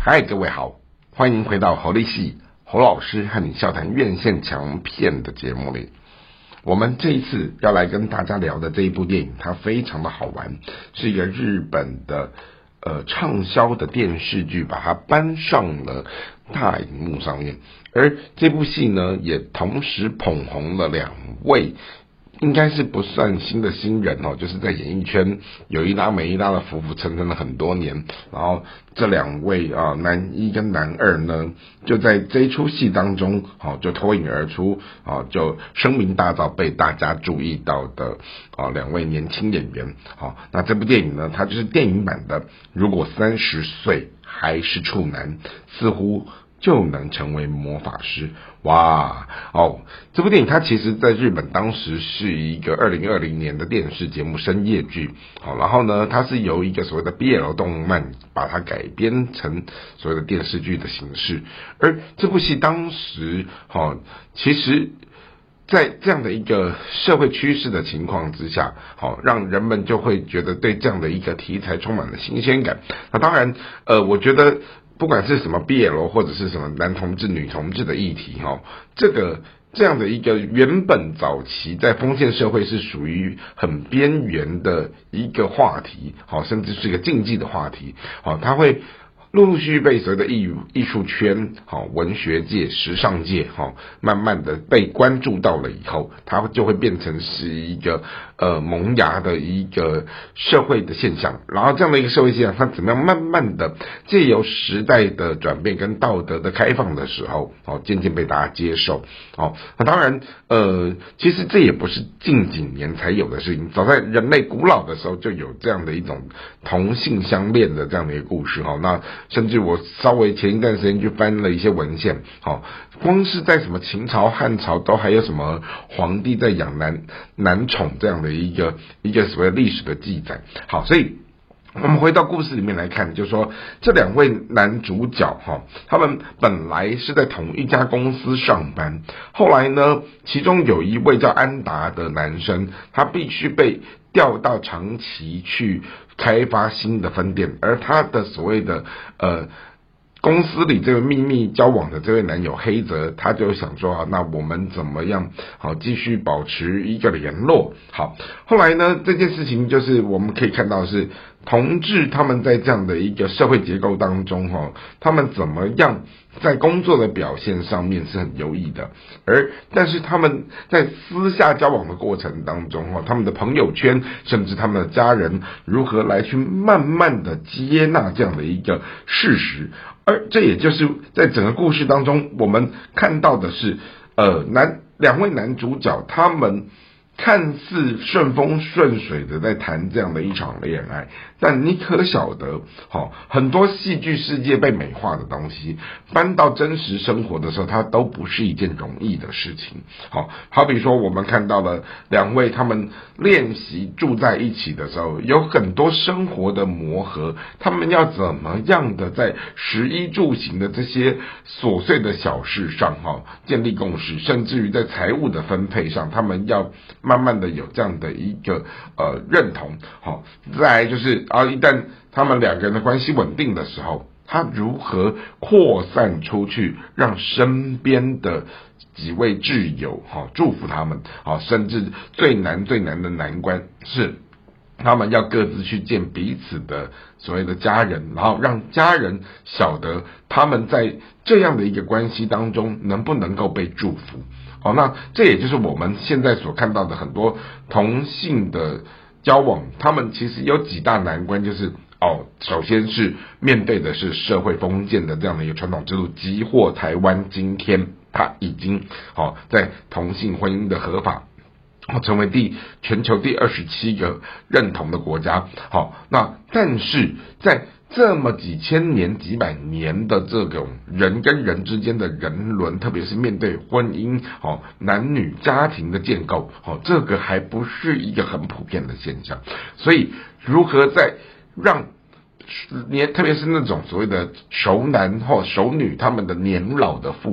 嗨，各位好，欢迎回到侯立系侯老师和你笑谈院线强片的节目里。我们这一次要来跟大家聊的这一部电影，它非常的好玩，是一个日本的畅销的电视剧，把它搬上了大荧幕上面。而这部戏呢，也同时捧红了两位应该是不算新的新人哦，就是在演艺圈有一搭没一搭的浮浮沉沉了很多年，然后这两位男一跟男二呢，就在这一出戏当中就脱颖而出就声名大噪，被大家注意到的两位年轻演员。那这部电影呢，它就是电影版的如果30岁还是处男，似乎就能成为魔法师。哇这部电影它其实在日本当时是一个2020年的电视节目深夜剧，然后呢它是由一个所谓的 BL 动漫把它改编成所谓的电视剧的形式。而这部戏当时其实在这样的一个社会趋势的情况之下，让人们就会觉得对这样的一个题材充满了新鲜感。那当然我觉得不管是什么 BL 或者是什么男同志女同志的议题这样的一个原本早期在封建社会是属于很边缘的一个话题，甚至是一个禁忌的话题，它会陆陆续续被所谓的艺术圈、文学界、时尚界慢慢的被关注到了以后，它就会变成是一个萌芽的一个社会的现象。然后这样的一个社会现象，它怎么样慢慢的借由时代的转变跟道德的开放的时候渐渐被大家接受。那当然其实这也不是近几年才有的事情，早在人类古老的时候就有这样的一种同性相恋的这样的一个故事。那甚至我稍微前一段时间去翻了一些文献，光是在什么秦朝汉朝都还有什么皇帝在养男宠这样的一个所谓历史的记载。所以我们回到故事里面来看，就是说这两位男主角他们本来是在同一家公司上班，后来呢其中有一位叫安达的男生，他必须被调到长崎去开发新的分店，而他的所谓的公司里这位秘密交往的这位男友黑泽，他就想说那我们怎么样继续保持一个联络。后来呢这件事情就是我们可以看到是同志他们在这样的一个社会结构当中他们怎么样在工作的表现上面是很优异的，但是他们在私下交往的过程当中他们的朋友圈甚至他们的家人如何来去慢慢的接纳这样的一个事实。而这也就是在整个故事当中我们看到的是两位男主角他们看似顺风顺水的在谈这样的一场恋爱，但你可晓得很多戏剧世界被美化的东西搬到真实生活的时候，它都不是一件容易的事情。好比说我们看到了两位他们练习住在一起的时候，有很多生活的磨合，他们要怎么样的在食衣住行的这些琐碎的小事上建立共识，甚至于在财务的分配上他们要慢慢的有这样的一个认同。再来就是一旦他们两个人的关系稳定的时候，他如何扩散出去，让身边的几位挚友祝福他们甚至最难的难关是他们要各自去见彼此的所谓的家人，然后让家人晓得他们在这样的一个关系当中能不能够被祝福。那这也就是我们现在所看到的很多同性的交往，他们其实有几大难关，就是首先是面对的是社会封建的这样的一个传统制度，即或台湾今天它已经在同性婚姻的合法成为全球第27个认同的国家。但是在这么几千年几百年的这种人跟人之间的人伦，特别是面对婚姻男女家庭的建构这个还不是一个很普遍的现象。所以如何在让特别是那种所谓的熟男或熟女他们的年老的父母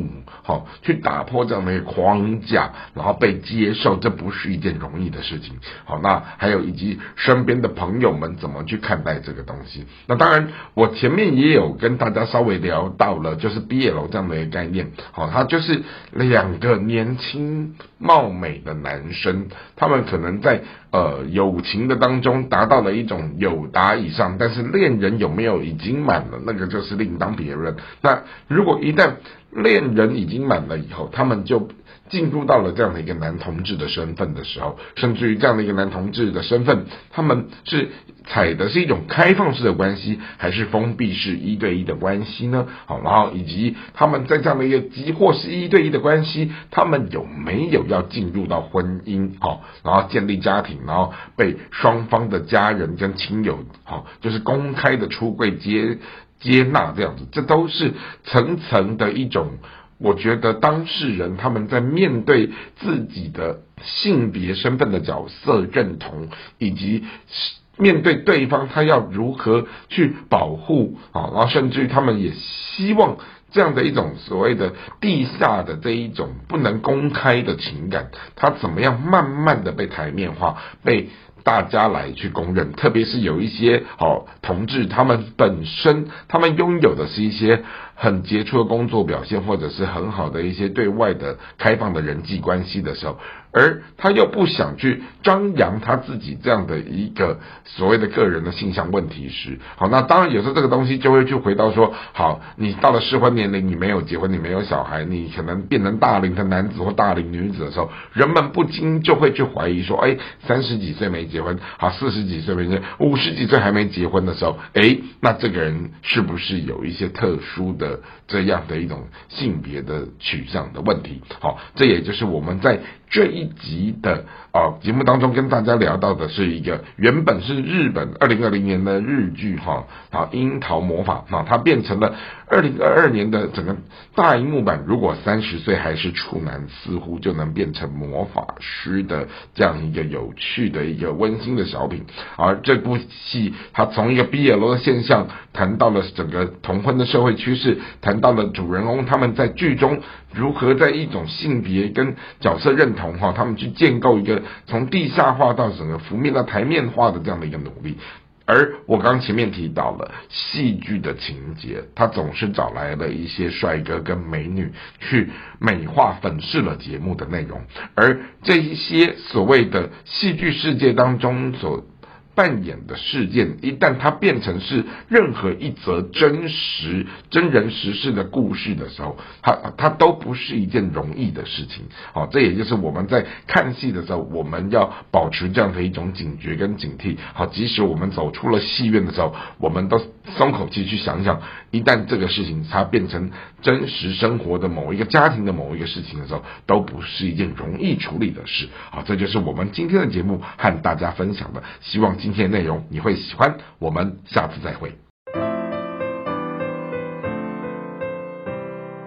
好去打破这样的一个框架，然后被接受，这不是一件容易的事情。好，那还有以及身边的朋友们怎么去看待这个东西。那当然我前面也有跟大家稍微聊到了，就是 BL 这样的一个概念。好，它就是两个年轻貌美的男生，他们可能在友情的当中达到了一种友达以上，但是恋人有没有已经满了，那个就是另当别论。那如果一旦恋人已经满了以后，他们就进入到了这样的一个男同志的身份的时候，甚至于这样的一个男同志的身份，他们是采的是一种开放式的关系，还是封闭式1对1的关系呢？好，然后以及他们在这样的一个或是1对1的关系，他们有没有要进入到婚姻？好，然后建立家庭，然后被双方的家人跟亲友，好，就是公开的出柜接纳这样子，这都是层层的一种。我觉得当事人他们在面对自己的性别身份的角色认同，以及面对对方他要如何去保护啊，然后甚至于他们也希望这样的一种所谓的地下的这一种不能公开的情感，它怎么样慢慢的被台面化，被大家来去公认。特别是有一些同志，他们本身他们拥有的是一些很杰出的工作表现，或者是很好的一些对外的开放的人际关系的时候，而他又不想去张扬他自己这样的一个所谓的个人的性向问题时，好，那当然有时候这个东西就会去回到说，好，你到了适婚年龄，你没有结婚，你没有小孩，你可能变成大龄的男子或大龄女子的时候，人们不禁就会去怀疑说，30几岁没结婚，好，40几岁没结婚，50几岁还没结婚的时候，那这个人是不是有一些特殊的这样的一种性别的取向的问题？好，这也就是我们在这一集的节目当中跟大家聊到的是一个原本是日本2020年的日剧樱桃魔法，它变成了2022年的整个大荧幕版，如果30岁还是处男，似乎就能变成魔法师的这样一个有趣的一个温馨的小品。而这部戏它从一个 BL 的现象谈到了整个同婚的社会趋势，谈到了主人公他们在剧中如何在一种性别跟角色认同他们去建构一个从地下化到整个浮面到台面化的这样的一个努力。而我刚前面提到了戏剧的情节，他总是找来了一些帅哥跟美女去美化粉饰了节目的内容，而这一些所谓的戏剧世界当中所扮演的事件，一旦它变成是任何一则真人实事的故事的时候，它都不是一件容易的事情。好，这也就是我们在看戏的时候，我们要保持这样的一种警觉跟警惕。好，即使我们走出了戏院的时候，我们都松口气去想想，一旦这个事情它变成真实生活的某一个家庭的某一个事情的时候，都不是一件容易处理的事。好，这就是我们今天的节目和大家分享的，希望今天的内容你会喜欢，我们下次再会。